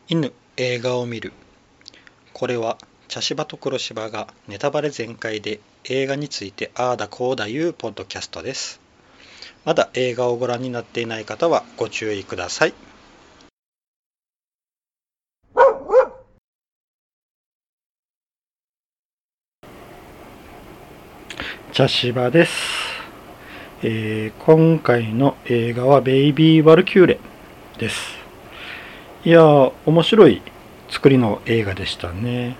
犬映画を見る。これは茶芝と黒芝がネタバレ全開で映画についてああだこうだいうポッドキャストです。まだ映画をご覧になっていない方はご注意ください。茶芝です。今回の映画はベイビー・ワルキューレです。いやー、面白い作りの映画でしたね。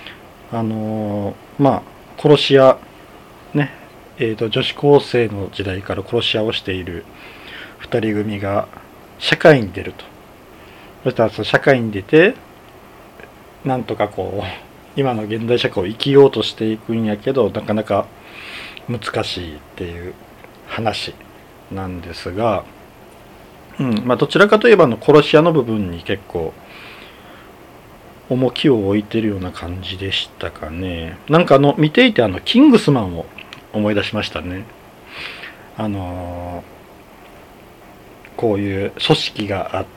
殺し屋ね、女子高生の時代から殺し屋をしている二人組が社会に出ると。そしたらその社会に出て、なんとか今の現代社会を生きようとしていくんやけど、なかなか難しいっていう話なんですが、どちらかといえば殺し屋の部分に結構重きを置いてるような感じでしたかね。なんか見ていてキングスマンを思い出しましたね。こういう組織があって、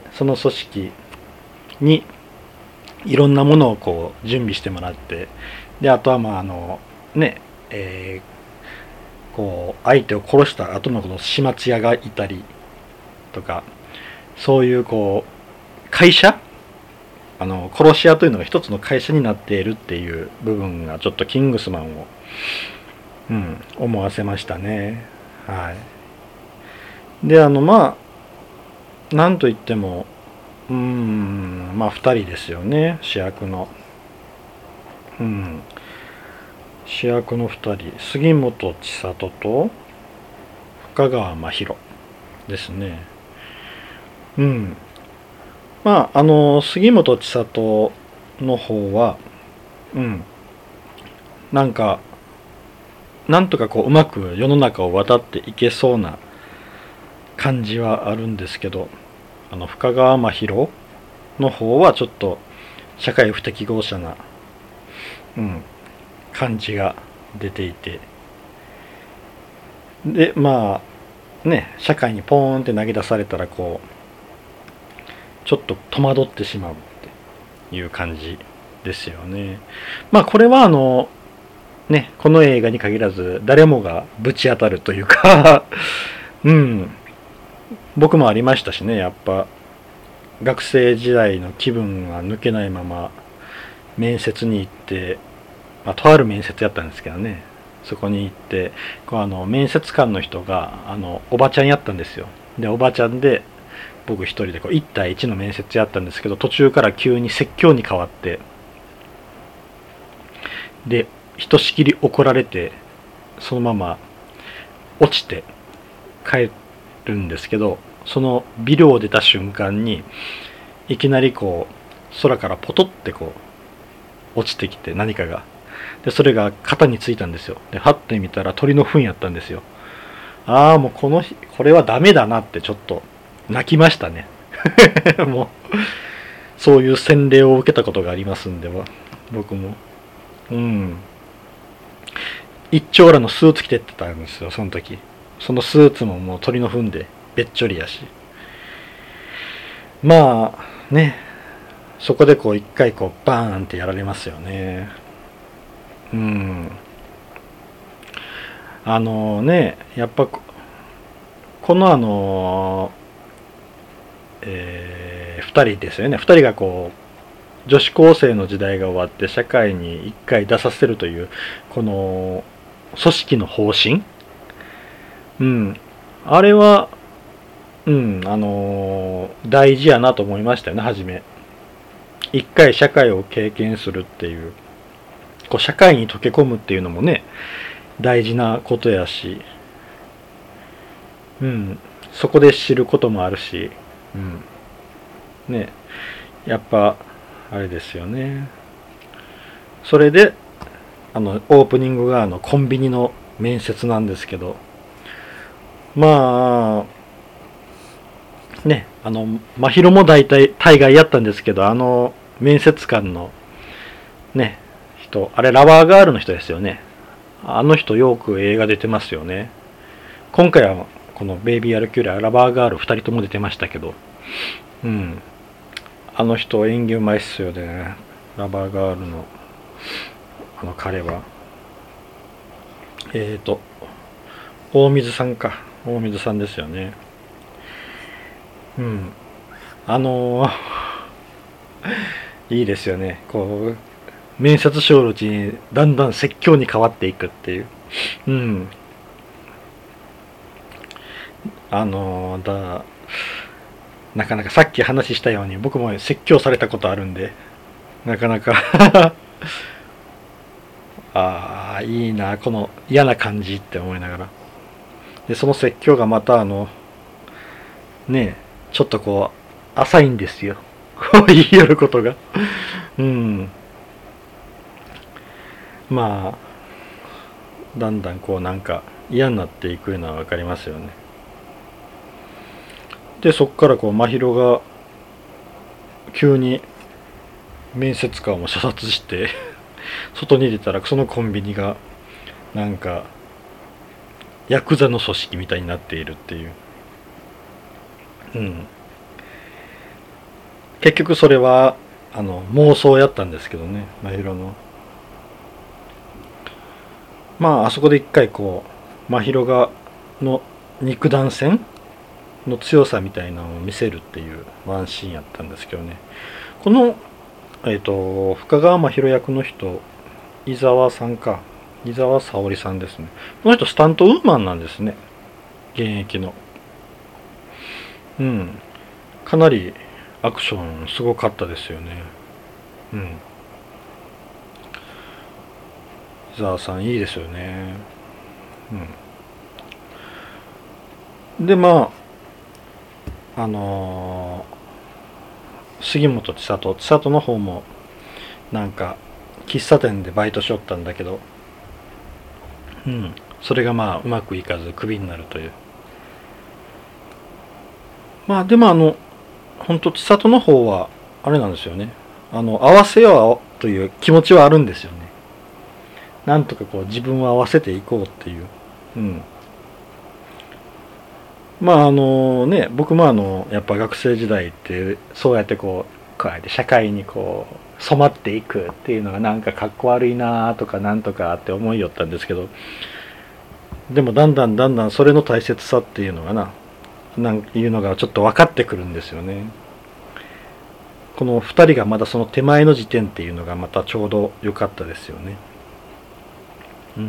その組織にいろんなものを準備してもらって、であとは相手を殺した後の始末屋がいたりとか、そういう会社、殺し屋というのが一つの会社になっているっていう部分がちょっとキングスマンを、思わせましたね。はい。でなんといっても2人ですよね、主役の。主役の2人、杉本千里と深川真宙ですね。杉本千里の方はなんとかうまく世の中を渡っていけそうな感じはあるんですけど、深川真宙の方はちょっと社会不適合者な感じが出ていて、で社会にポーンって投げ出されたらちょっと戸惑ってしまうっていう感じですよね。これはこの映画に限らず誰もがぶち当たるというか僕もありましたしね。やっぱ学生時代の気分が抜けないまま面接に行って、とある面接やったんですけどね、そこに行って面接官の人がおばちゃんやったんですよ。でおばちゃんで僕一人で1対1の面接やったんですけど、途中から急に説教に変わって、でひとしきり怒られてそのまま落ちて帰るんですけど、そのビルを出た瞬間にいきなり空からポトって落ちてきて何かが、でそれが肩についたんですよ。ではってみたら鳥の糞やったんですよ。もうこれはダメだなってちょっと泣きましたね。もうそういう洗礼を受けたことがありますんで、僕も一丁羅のスーツ着てってたんですよ、その時。そのスーツももう鳥の糞でべっちょりやし、そこで一回バーンってやられますよね。やっぱこの2人ですよね。2人が女子高生の時代が終わって社会に一回出させるというこの組織の方針、あれは大事やなと思いましたよね。初め一回社会を経験するっていう、社会に溶け込むっていうのもね、大事なことやし、そこで知ることもあるし、やっぱあれですよね。それでオープニングがコンビニの面接なんですけど、真宙も大概やったんですけど、面接官の人、あれラバーガールの人ですよね。あの人よく映画出てますよね。今回はこのベイビー・アルキューレ、ラバーガール2人とも出てましたけど、 あの人演技うまいっすよね。ラバーガールの彼は大水さんか。大水さんですよね。うん。あのーいいですよね。こう面接将のうちにだんだん説教に変わっていくっていう。うん。なかなかさっき話したように僕も説教されたことあるんで、なかなかああ、いいな、この嫌な感じって思いながら。で、その説教がまたねえ、ちょっとこう、浅いんですよ。こう言いよることが。うん。まあ、だんだんこうなんか嫌になっていくのはわかりますよね。で、そっからこう、真宙が急に面接官を射殺して外に出たらそのコンビニがなんかヤクザの組織みたいになっているっていう。うん。結局それは妄想やったんですけどね、真宙の。まああそこで一回こう真宙がの肉弾戦の強さみたいなのを見せるっていうワンシーンやったんですけどね。この深川真宙役の人、伊沢さんか。伊沢沙織さんですね。この人スタントウーマンなんですね。現役の。うん。かなりアクションすごかったですよね。うん。伊沢さんいいですよね。うん。で、まあ、杉本千里の方も、なんか、喫茶店でバイトしよったんだけど、うん。それがまあ、うまくいかず、クビになるという。まあ、でも本当千里の方は、あれなんですよね。合わせようという気持ちはあるんですよね。なんとかこう、自分を合わせていこうっていう。うん。まあね、僕もやっぱ学生時代ってそうやってこうやって社会にこう染まっていくっていうのがなんかかっこ悪いなとかなんとかって思いよったんですけど、でもだんだんそれの大切さっていうのがなんいうのがちょっと分かってくるんですよね。この2人がまだその手前の時点っていうのがまたちょうど良かったですよね。うん。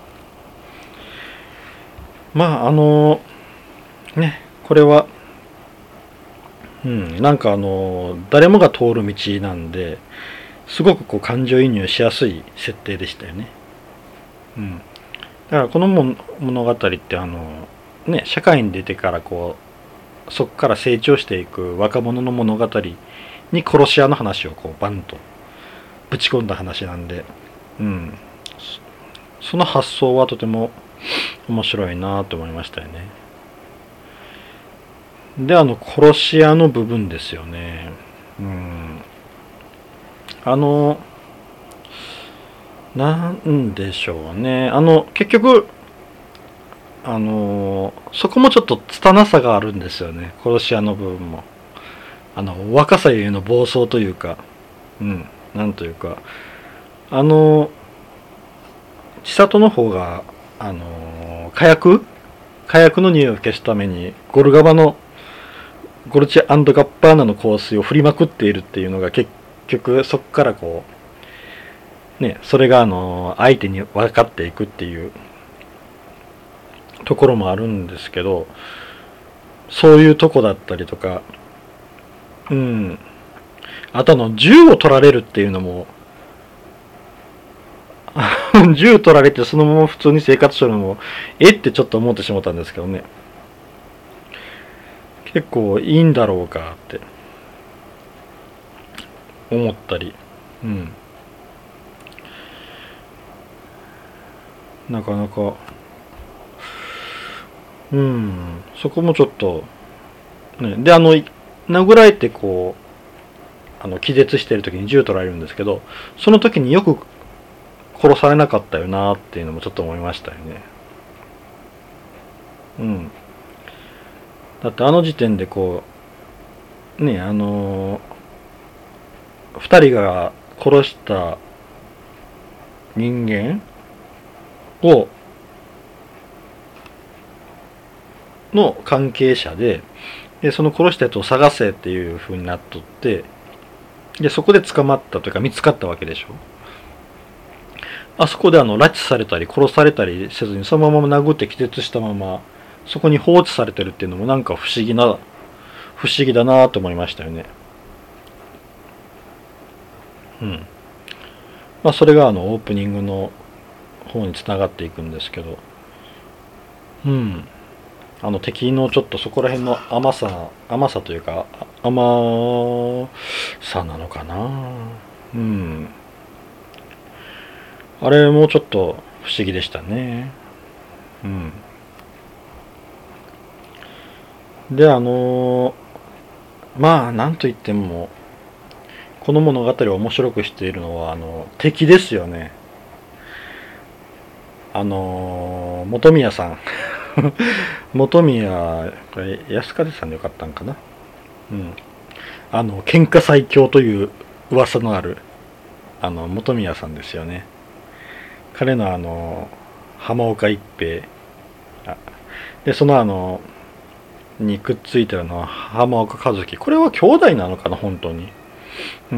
まあね、これはうん、なんか誰もが通る道なんで、すごくこう感情移入しやすい設定でしたよね。うん。だからこの物語ってね、社会に出てからこう、そこから成長していく若者の物語に殺し屋の話をこうバンとぶち込んだ話なんで、うん。その発想はとても面白いなと思いましたよね。で、殺し屋の部分ですよね。うん。あの、なんでしょうね。結局、そこもちょっと拙さがあるんですよね。殺し屋の部分も。若さゆえの暴走というか、うん、なんというか、あの、千里の方が、火薬の匂いを消すために、ゴルチガッパーナの香水を振りまくっているっていうのが結局そこからこう、ね、それが相手に分かっていくっていうところもあるんですけど、そういうとこだったりとか、うん。あと銃を取られるっていうのも、銃取られてそのまま普通に生活するのも、ってちょっと思ってしまったんですけどね。結構いいんだろうかって思ったり、うん。なかなか、うん、そこもちょっと、ね、で、殴られてこう、気絶してる時に銃取られるんですけど、その時によく殺されなかったよなっていうのもちょっと思いましたよね。うん。だってあの時点でこう、ね、 2人が殺した人間をの関係者で、その殺したやつを探せっていう風になっとって、でそこで捕まったというか見つかったわけでしょ。あそこで拉致されたり殺されたりせずにそのまま殴って気絶したままそこに放置されてるっていうのもなんか不思議だなと思いましたよね。うん。まあそれがオープニングの方につながっていくんですけど、うん。敵のちょっとそこら辺の甘さというか甘さなのかな。うん。あれもちょっと不思議でしたね。うん。でまあなんといってもこの物語を面白くしているのは敵ですよね。本宮さん本宮これ安風さんでよかったんかな。うん。喧嘩最強という噂のある本宮さんですよね。彼の浜岡一平でそのにくっついてるのは浜岡和樹。これは兄弟なのかな本当に。うん。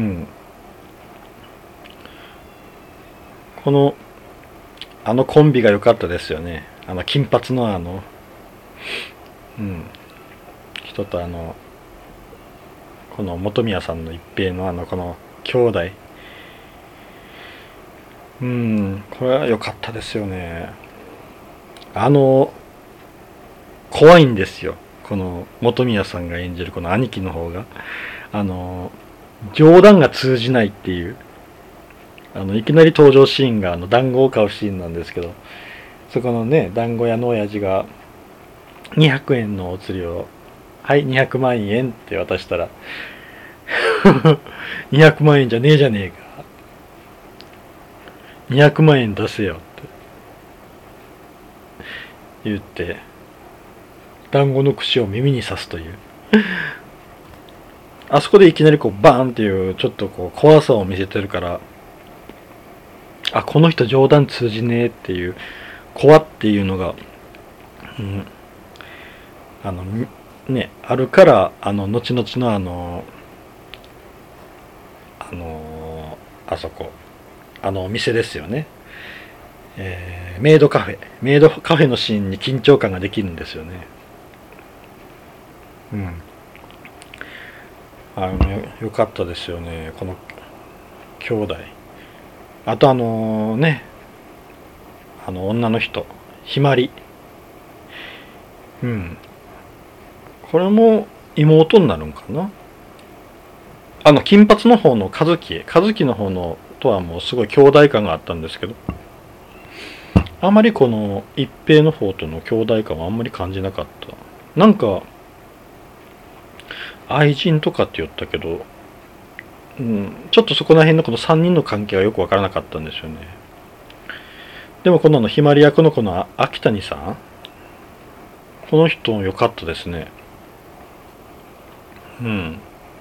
このコンビが良かったですよね。金髪のうん人とこの本宮さんの一平のこの兄弟。うん、これは良かったですよね。怖いんですよ。この本宮さんが演じるこの兄貴の方が冗談が通じないっていういきなり登場シーンが団子を買うシーンなんですけど、そこのね団子屋の親父が200円のお釣りをはい200万円って渡したら200万円じゃねえじゃねえか、200万円出せよって言って団子の串を耳に刺すというあそこでいきなりこうバーンっていうちょっとこう怖さを見せてるから、あこの人冗談通じねえっていう怖っていうのが、うん、ねあるから後々のあそこお店ですよね、メイドカフェのシーンに緊張感ができるんですよね。うん。よかったですよねこの兄弟。あとね女の人ひまり。うん。これも妹になるんかな。金髪の方の和樹の方のとはもうすごい兄弟感があったんですけど、あまりこの一平の方との兄弟感はあんまり感じなかった。なんか愛人とかって言ったけど、うん、ちょっとそこら辺のこの3人の関係はよくわからなかったんですよね。でもこのひまり役のこの秋谷さん、この人も良かったですね。うん。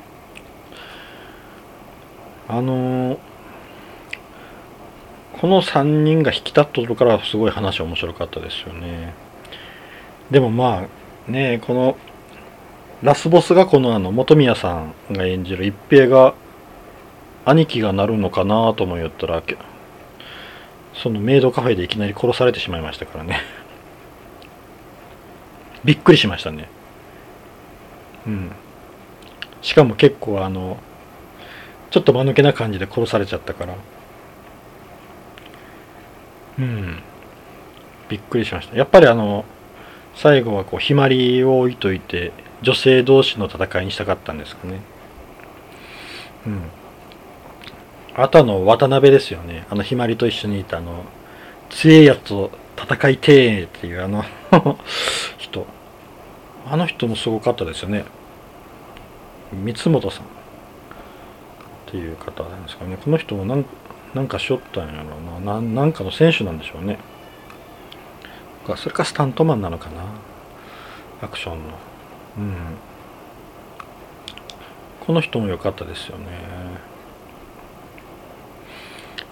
この3人が引き立っとるからすごい話面白かったですよね。でもまあねこのラスボスがこの本宮さんが演じる一平が兄貴がなるのかなとも言ったら、そのメイドカフェでいきなり殺されてしまいましたからねびっくりしましたね。うん。しかも結構ちょっと間抜けな感じで殺されちゃったから、うん、びっくりしました。やっぱり最後はこうひまりを置いといて女性同士の戦いにしたかったんですかね。うん。あと渡辺ですよね。ひまりと一緒にいた強いやつと戦いてーっていう人。人もすごかったですよね。三本さんっていう方なんですかね。この人もなんかしょったんやろうな。なんかの選手なんでしょうね。それかスタントマンなのかな。アクションの。うん。この人も良かったですよね。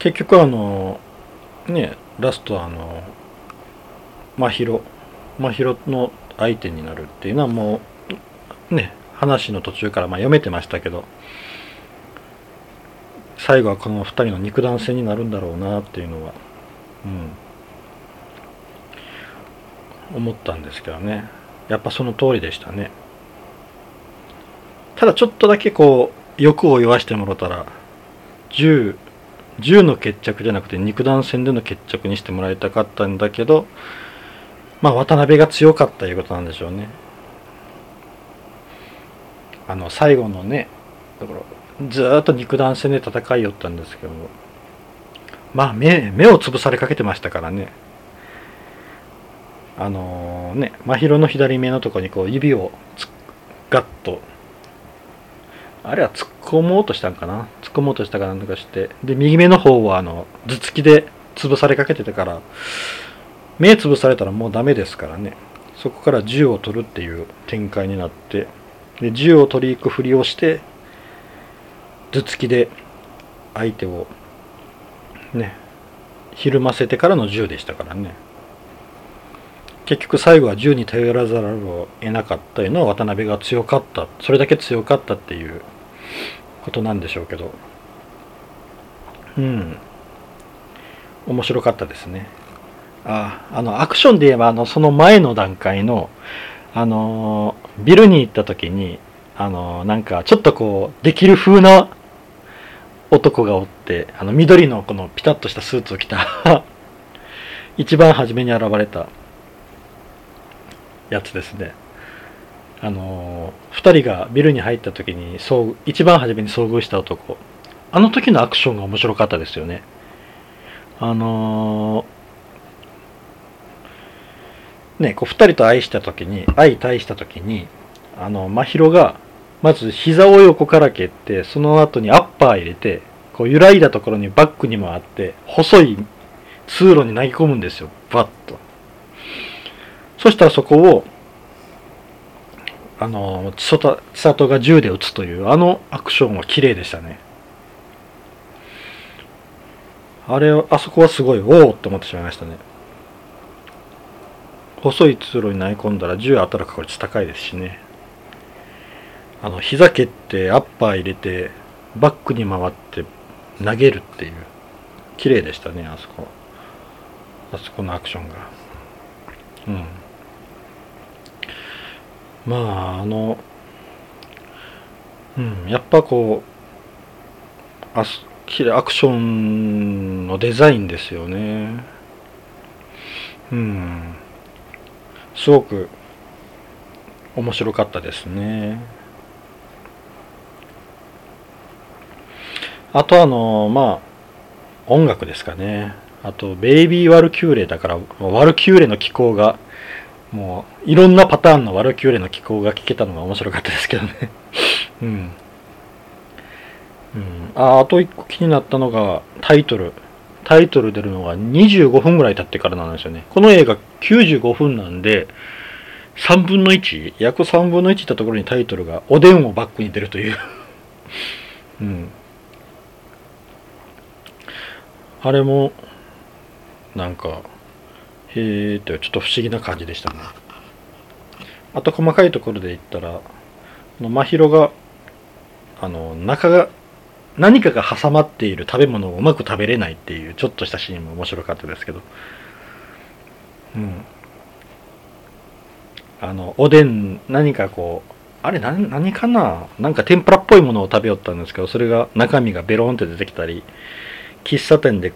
結局ラストは真宙の相手になるっていうのはもうね、話の途中から読めてましたけど、最後はこの2人の肉弾戦になるんだろうなっていうのは、思ったんですけどね。やっぱその通りでしたね。ただちょっとだけ欲を言わしてもろたら、10の決着じゃなくて肉弾戦での決着にしてもらいたかったんだけど、渡辺が強かったいうことなんでしょうね。最後のね、だからずーっと肉弾戦で戦いよったんですけど、目を潰されかけてましたからね。真宙の左目のところに指をガッと、あれは突っ込もうとしたんかな、突っ込もうとしたかなんとかして、で右目の方は頭突きで潰されかけてたから、目潰されたらもうダメですからね。そこから銃を取るっていう展開になって、で銃を取り行くふりをして頭突きで相手をねひるませてからの銃でしたからね。結局最後は銃に頼らざるを得なかったというのは渡辺が強かった、それだけ強かったっていうことなんでしょうけど、面白かったですね。アクションで言えばその前の段階のビルに行った時になんかちょっとできる風な男がおって、緑のこのピタッとしたスーツを着た一番初めに現れたやつですね。2人がビルに入った時に一番初めに遭遇した男、あの時のアクションが面白かったですよね。2人と相対した時に真宙がまず膝を横から蹴って、その後にアッパー入れて揺らいだところにバックに回って細い通路に投げ込むんですよ、バッと。そしたらそこを千里が銃で撃つというアクションは綺麗でしたね。あそこはすごいおおって思ってしまいましたね。細い通路に投げ込んだら銃当たる確率高いですしね。膝蹴ってアッパー入れてバックに回って投げるっていう綺麗でしたね、あそこのアクションが。やっぱアクションのデザインですよね。すごく面白かったですね。あと音楽ですかね。あとベイビーワルキューレだから、ワルキューレの機構がもういろんなパターンのワルキューレの機構が聞けたのが面白かったですけどね。あと一個気になったのがタイトル出るのが25分ぐらい経ってからなんですよね。この映画95分なんで3分の1、約3分の1いったところにタイトルがおでんをバックに出るというあれもなんかへーってちょっと不思議な感じでしたね。あと細かいところで言ったら真宙が中が何かが挟まっている食べ物をうまく食べれないっていうちょっとしたシーンも面白かったですけど、おでん何かあれ何かな、なんか天ぷらっぽいものを食べよったんですけど、それが中身がベロンって出てきたり、喫茶店で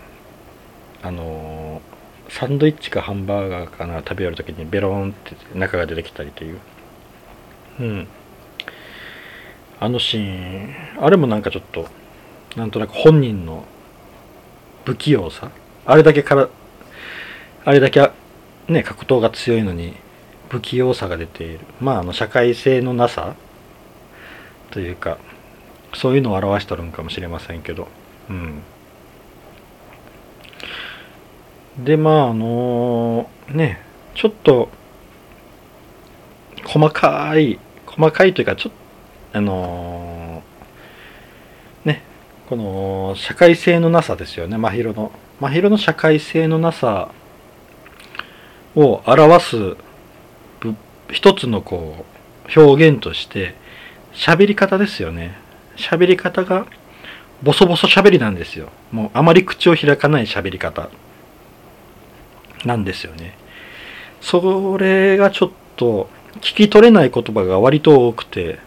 サンドイッチかハンバーガーかな食べよるときにベロンって中が出てきたりという、あのシーン、あれもなんかちょっとなんとなく本人の不器用さ、あれだけね格闘が強いのに不器用さが出ている、社会性のなさというか、そういうのを表しとるんかもしれませんけど、でちょっと細かいというか、ちょっとこの社会性のなさですよね。真宙の社会性のなさを表す一つのこう表現として喋り方ですよね。喋り方がボソボソ喋りなんですよ。もうあまり口を開かない喋り方なんですよね。それがちょっと聞き取れない言葉が割と多くて、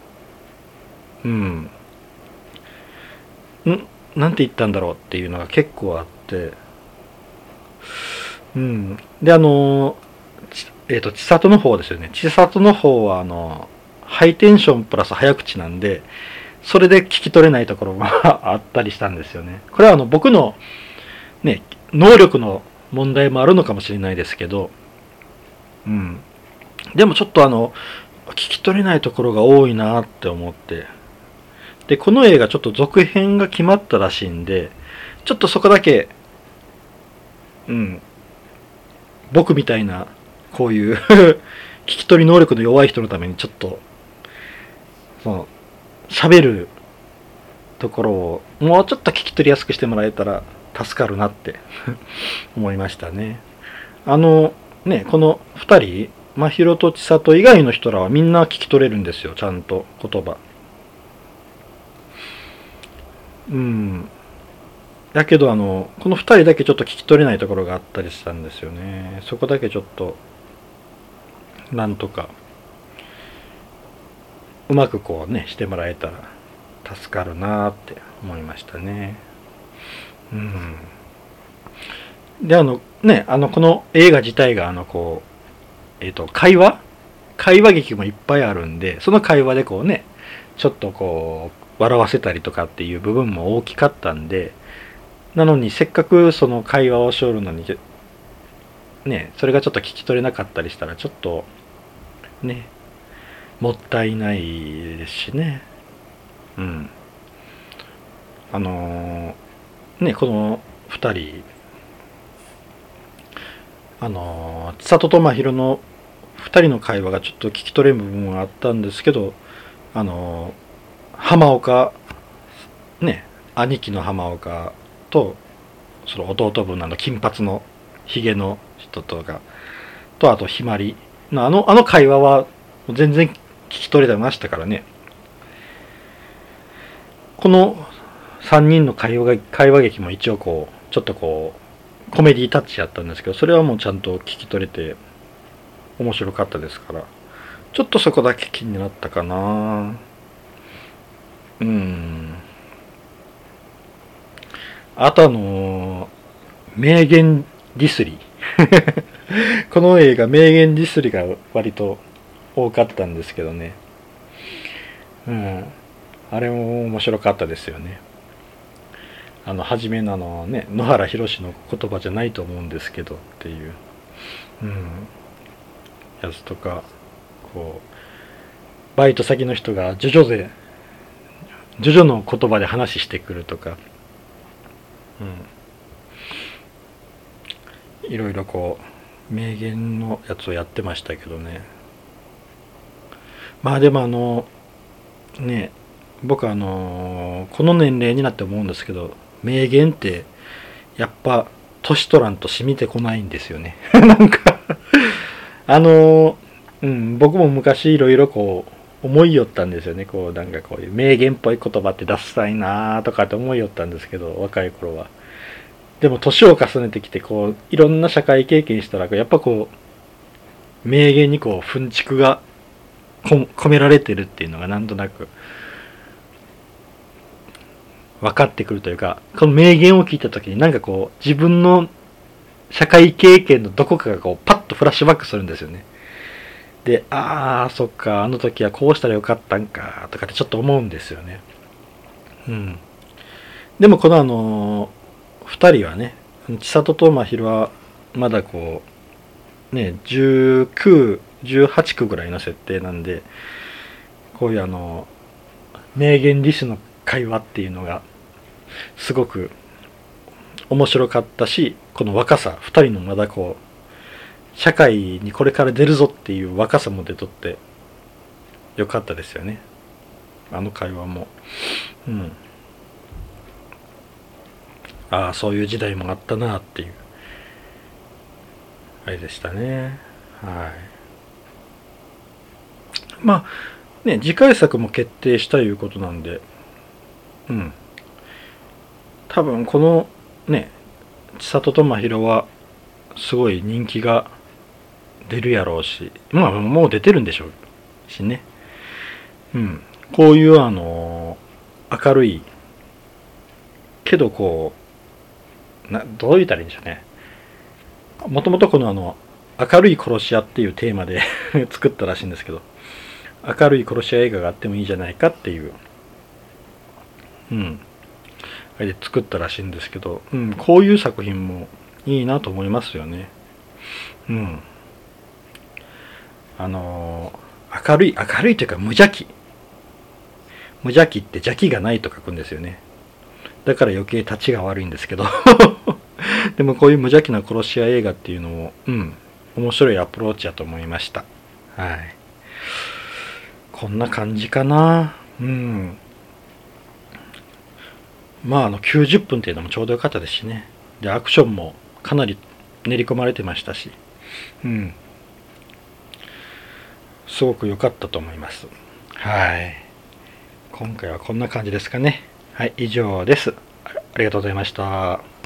なんて言ったんだろうっていうのが結構あって、で千里の方ですよね。千里の方はハイテンションプラス早口なんで、それで聞き取れないところがあったりしたんですよね。これは僕のね、能力の問題もあるのかもしれないですけど、でもちょっと聞き取れないところが多いなって思って、で、この映画ちょっと続編が決まったらしいんで、ちょっとそこだけ、僕みたいな、こういう聞き取り能力の弱い人のためにちょっと、喋るところをもうちょっと聞き取りやすくしてもらえたら助かるなって思いましたね。この二人、真宙と千里以外の人らはみんな聞き取れるんですよ、ちゃんと言葉。だけどこの二人だけちょっと聞き取れないところがあったりしたんですよね。そこだけちょっとなんとかうまくこうねしてもらえたら助かるなって思いましたね。でこの映画自体が会話劇もいっぱいあるんで、その会話でこうねちょっとこう笑わせたりとかっていう部分も大きかったんで、なのにせっかくその会話をしょるのにね、それがちょっと聞き取れなかったりしたらちょっとねもったいないですしね。この二人千里と真宙の二人の会話がちょっと聞き取れる部分はあったんですけど、浜岡ね、兄貴の浜岡とその弟分の金髪のヒゲの人とかと、あとひまりのあの会話は全然聞き取れてましたからね。この3人の会話劇も一応こうちょっとこうコメディタッチやったんですけど、それはもうちゃんと聞き取れて面白かったですから、ちょっとそこだけ気になったかな。あと名言ディスりこの映画名言ディスりが割と多かったんですけどね。あれも面白かったですよね。初めの野原ひろしの言葉じゃないと思うんですけどっていうやつとか、こうバイト先の人がジョジョの言葉で話してくるとか、いろいろこう名言のやつをやってましたけどね。まあでも僕この年齢になって思うんですけど、名言ってやっぱ年取らんと染みてこないんですよねなんか僕も昔いろいろこう思いよったんですよね。こういう名言っぽい言葉って出したいなとかって思いよったんですけど、若い頃は。でも年を重ねてきてこういろんな社会経験したら、やっぱこう名言にこう奮蓄が込められてるっていうのがなんとなく分かってくるというか、この名言を聞いた時になんかこう自分の社会経験のどこかがこうパッとフラッシュバックするんですよね。で、そっか、あの時はこうしたらよかったんかとかってちょっと思うんですよね。でもこの二人はね、千里と真宙はまだこうね19、18区ぐらいの設定なんで、こういう名言リスの会話っていうのがすごく面白かったし、この若さ二人のまだこう社会にこれから出るぞっていう若さも出とってよかったですよね、あの会話も。 ああそういう時代もあったなっていうあれでしたね。はい。まあね、次回作も決定したいうことなんで、うん、多分このね千里と真宙はすごい人気が出るやろうし、まあもう出てるんでしょうしね。うん。こういう明るいけどこどう言ったらいいんでしょうね。もともとこの明るい殺し屋っていうテーマで作ったらしいんですけど、明るい殺し屋映画があってもいいじゃないかっていう、うん、あれで作ったらしいんですけど、うん、こういう作品もいいなと思いますよね。うん。明るいというか無邪気。無邪気って邪気がないと書くんですよね。だから余計立ちが悪いんですけどでもこういう無邪気な殺し屋映画っていうのも、うん、面白いアプローチだと思いました。はい。こんな感じかな。うん。まあ90分っていうのもちょうどよかったですしね。で、アクションもかなり練り込まれてましたし、うん。すごく良かったと思います。はい。今回はこんな感じですかね。はい、以上です。ありがとうございました。